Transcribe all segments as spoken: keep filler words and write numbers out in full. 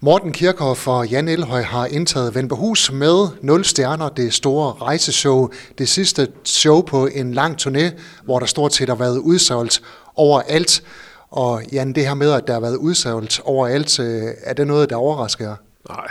Morten Kirchhoff og Jan Elhøj har indtaget Venberhus med nul stjerner, det store rejseshow. Det sidste show på en lang turné, hvor der stort set har været udsolgt overalt. Og Jan, det her med, at der har været udsolgt overalt, er det noget, der overrasker jer? Nej.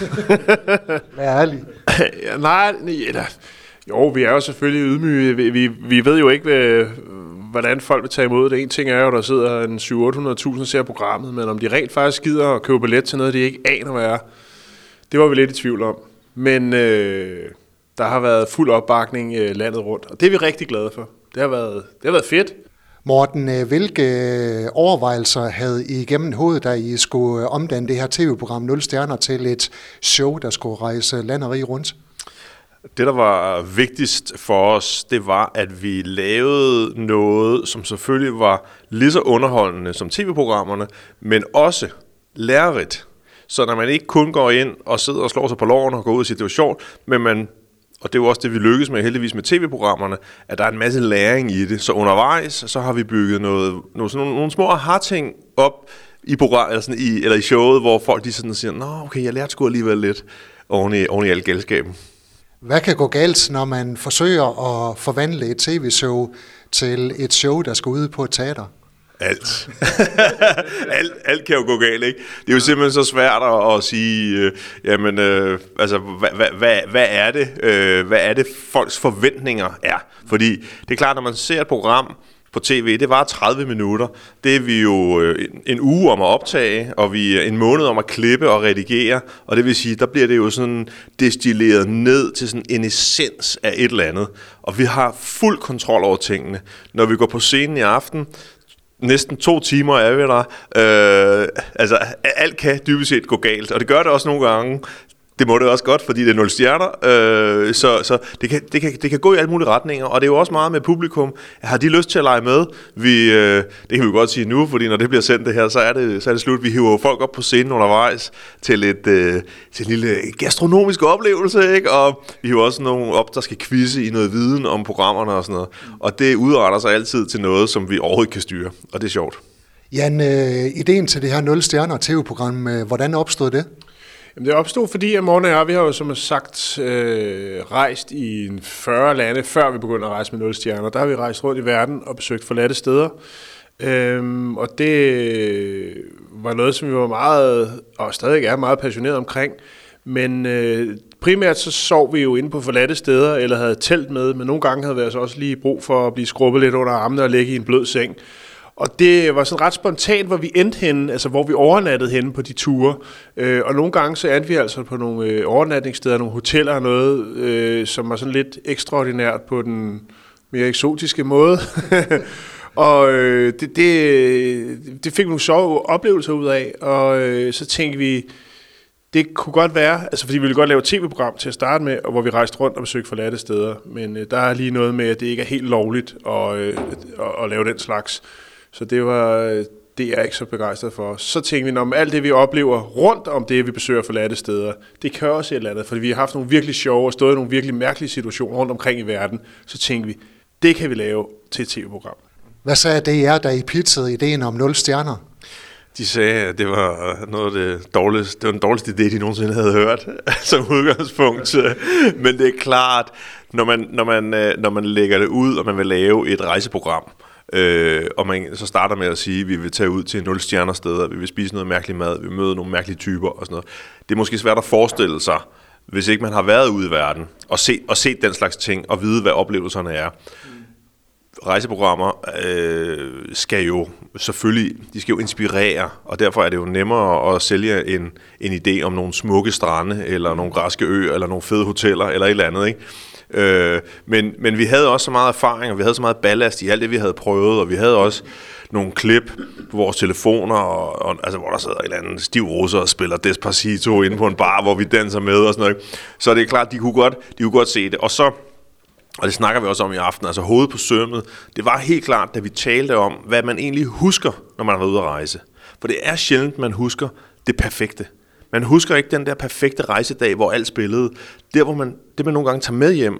Vær ærlig. ja, nej, eller, jo, vi er jo selvfølgelig ydmyge. Vi, vi, vi ved jo ikke, hvordan folk vil tage imod det. En ting er jo, der sidder en syv hundrede til otte hundrede tusind og ser programmet, men om de rent faktisk gider at købe billet til noget, de ikke aner, hvad er, det var vi lidt i tvivl om. Men øh, der har været fuld opbakning øh, landet rundt, og det er vi rigtig glade for. Det har været, det har været fedt. Morten, hvilke overvejelser havde I igennem hovedet, da I skulle omdanne det her tv-program nul stjerner til et show, der skulle rejse land og rige rundt? Det, der var vigtigst for os, det var, at vi lavede noget, som selvfølgelig var lige så underholdende som tv-programmerne, men også lærerigt. Så når man ikke kun går ind og sidder og slår sig på lårene og går ud og siger, det var sjovt, men man, og det er jo også det, vi lykkes med heldigvis med tv-programmerne, at der er en masse læring i det. Så undervejs, så har vi bygget noget, nogle, sådan nogle, nogle små aha-ting op i, program, eller, sådan i, eller i showet, hvor folk de sådan siger, nå okay, jeg lærte sgu alligevel lidt oven i, oven i al galskaben. Hvad kan gå galt, når man forsøger at forvandle et tv-show til et show, der skal ud på et teater? Alt. alt. Alt kan jo gå galt, ikke? Det er jo simpelthen så svært at, at sige, øh, jamen, øh, altså, hvad, hvad, hvad, hvad er det? Øh, hvad er det, folks forventninger er? Fordi det er klart, når man ser et program på tv, det var tredive minutter. Det er vi jo øh, en uge om at optage, og vi er en måned om at klippe og redigere, og det vil sige, der bliver det jo sådan destilleret ned til sådan en essens af et eller andet. Og vi har fuld kontrol over tingene. Når vi går på scenen i aften, næsten to timer er vi der. Øh, altså, alt kan dybest set gå galt, og det gør det også nogle gange. Det må det også godt, fordi det er nul stjerner, øh, så, så det, kan, det, kan, det kan gå i alle mulige retninger, og det er jo også meget med publikum. Har de lyst til at lege med? Vi, øh, det kan vi godt sige nu, fordi når det bliver sendt det her, så er det, så er det slut. Vi hiver folk op på scenen undervejs til, et, øh, til en lille gastronomisk oplevelse, ikke? Og vi hiver også nogen op, der skal quizze i noget viden om programmerne og sådan noget. Og det udretter sig altid til noget, som vi overhovedet kan styre, og det er sjovt. Jan, øh, ideen til det her nul stjerner tv-program, øh, hvordan opstod det? Jamen, det opstod, fordi at Morten og jeg, vi har jo som sagt øh, rejst i fyrre lande, før vi begyndte at rejse med nul stjerner. Der har vi rejst rundt i verden og besøgt forladte steder. Øhm, og det var noget, som vi var meget, og stadig er meget passioneret omkring. Men øh, primært så sov vi jo inde på forladte steder, eller havde telt med, men nogle gange havde vi altså også lige brug for at blive skrubbet lidt under armene og ligge i en blød seng. Og det var sådan ret spontant, hvor vi endte henne, altså hvor vi overnattede henne på de ture. Øh, og nogle gange så endte vi altså på nogle øh, overnatningssteder, nogle hoteller og noget, øh, som var sådan lidt ekstraordinært på den mere eksotiske måde. og øh, det, det, det fik vi nogle sjove oplevelser ud af, og øh, så tænkte vi, det kunne godt være, altså fordi vi ville godt lave et tv-program til at starte med, og hvor vi rejste rundt og besøgte forladte steder. Men øh, der er lige noget med, at det ikke er helt lovligt at, øh, at, at lave den slags. Så det var det er jeg ikke så begejstret for. Så tænkte vi, når alt det vi oplever rundt om det, vi besøger forladte steder, det kan også et eller andet, fordi vi har haft nogle virkelig sjove og stået i nogle virkelig mærkelige situationer rundt omkring i verden. Så tænkte vi, det kan vi lave til et tv-program. Hvad sagde det jer, da I pitchede ideen om nul stjerner? De sagde, at det var noget af det dårligste, det var den dårligste idé, de nogensinde havde hørt som udgangspunkt. Men det er klart, når man, når man, når man lægger det ud, og man vil lave et rejseprogram, Øh, og man så starter med at sige, at vi vil tage ud til nul stjerner steder, vi vil spise noget mærkelig mad, vi vil møde nogle mærkelige typer og sådan noget. Det er måske svært at forestille sig, hvis ikke man har været ude i verden og set, og set den slags ting og vide, hvad oplevelserne er. Rejseprogrammer øh, skal jo selvfølgelig, de skal jo inspirere, og derfor er det jo nemmere at sælge en, en idé om nogle smukke strande, eller nogle græske øer, eller nogle fede hoteller, eller et eller andet, ikke? Øh, men, men vi havde også så meget erfaring, og vi havde så meget ballast i alt det, vi havde prøvet, og vi havde også nogle klip på vores telefoner, og, og, altså, hvor der sidder en eller anden stiv russer og spiller Despacito inde på en bar, hvor vi danser med og sådan noget. Så det er klart, de kunne godt, de kunne godt se det. Og så, og det snakker vi også om i aften, altså hovedet på sømmet, det var helt klart, da vi talte om, hvad man egentlig husker, når man har været ude at rejse. For det er sjældent, man husker det perfekte. Man husker ikke den der perfekte rejsedag, hvor alt spillede. Der, hvor man, det man nogle gange tager med hjem,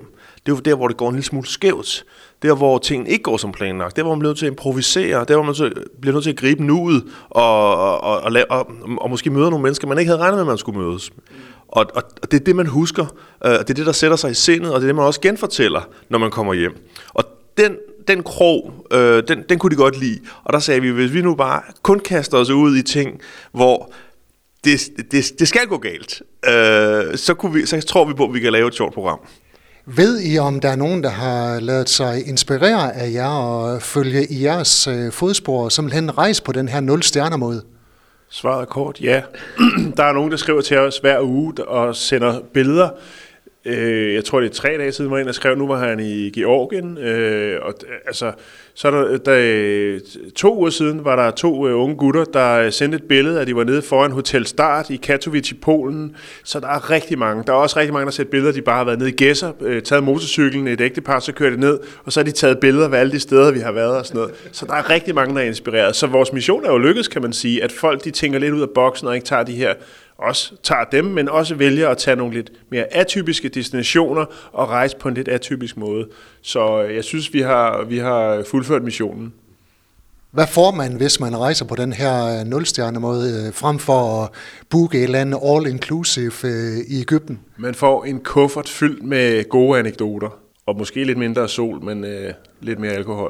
det er jo der, hvor det går en lille smule skævt. Der, hvor tingene ikke går som planlagt. Der, hvor man bliver nødt til at improvisere. Der, hvor man bliver nødt til at gribe nuet og, og, og, og, og, og måske møde nogle mennesker, man ikke havde regnet med, at man skulle mødes. Og, og, og det er det, man husker. Og det er det, der sætter sig i sindet, og det er det, man også genfortæller, når man kommer hjem. Og den, den krog, øh, den, den kunne de godt lide. Og der sagde vi, hvis vi nu bare kun kaster os ud i ting, hvor det, det, det skal gå galt, øh, så, kunne vi, så tror vi på, at vi kan lave et sjovt program. Ved I, om der er nogen, der har ladet sig inspirere af jer og følge i jeres øh, fodspor og simpelthen rejse på den her nul stjerner måde? Svaret er kort, ja. Der er nogen, der skriver til os hver uge og sender billeder. Jeg tror, det er tre dage siden, var en, der skrev, nu var han i Georgien. Og altså, så er der, der, to uger siden var der to unge gutter, der sendte et billede, at de var nede foran Hotel Start i Katowice i Polen. Så der er rigtig mange. Der er også rigtig mange, der har set billeder, de bare har været nede i Gedser, taget motorcyklen, et ægtepar, så kører det ned, og så har de taget billeder af alle de steder, vi har været og sådan noget. Så der er rigtig mange, der er inspireret. Så vores mission er jo lykkedes, kan man sige, at folk de tænker lidt ud af boksen og ikke tager de her også tager dem, men også vælger at tage nogle lidt mere atypiske destinationer og rejse på en lidt atypisk måde. Så jeg synes, vi har, vi har fuldført missionen. Hvad får man, hvis man rejser på den her nul-stjerne-måde, frem for at booke et eller andet all-inclusive i Egypten? Man får en kuffert fyldt med gode anekdoter. Og måske lidt mindre sol, men øh, lidt mere alkohol.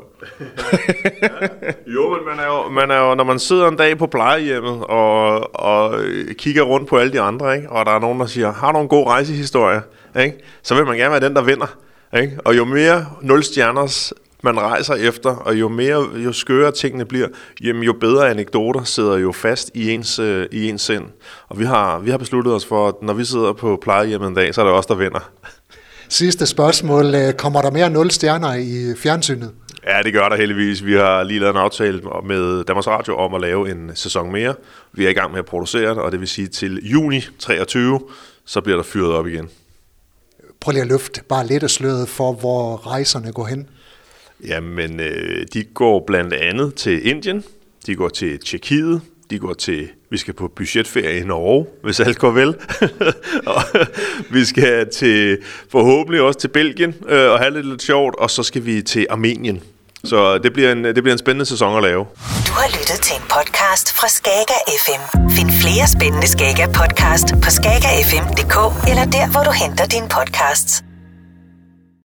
Jo, men man er jo, man er jo, når man sidder en dag på plejehjemmet og, og kigger rundt på alle de andre, ikke? Og der er nogen, der siger, har du en god rejsehistorie? Ikke? Så vil man gerne være den, der vinder. Ikke? Og jo mere nul stjerners man rejser efter, og jo mere, jo skøre tingene bliver, jamen, jo bedre anekdoter sidder jo fast i ens, øh, i ens sind. Og vi har, vi har besluttet os for, at når vi sidder på plejehjemmet en dag, så er det os, der vinder. Sidste spørgsmål. Kommer der mere nul stjerner i fjernsynet? Ja, det gør der heldigvis. Vi har lige lavet en aftale med Danmarks Radio om at lave en sæson mere. Vi er i gang med at producere det, og det vil sige til juni treogtyve, så bliver der fyret op igen. Prøv lige at løfte bare lidt af sløret for, hvor rejserne går hen. Jamen, øh, de går blandt andet til Indien, de går til Tjekkiet, de går til, vi skal på budgetferie i Norge, hvis alt går vel. Og vi skal til, forhåbentlig også til Belgien øh, og have lidt, lidt sjovt, og så skal vi til Armenien. Så det bliver, en, det bliver en spændende sæson at lave. Du har lyttet til en podcast fra Skager F M. Find flere spændende Skager podcast på skager f m punktum d k eller der, hvor du henter dine podcasts.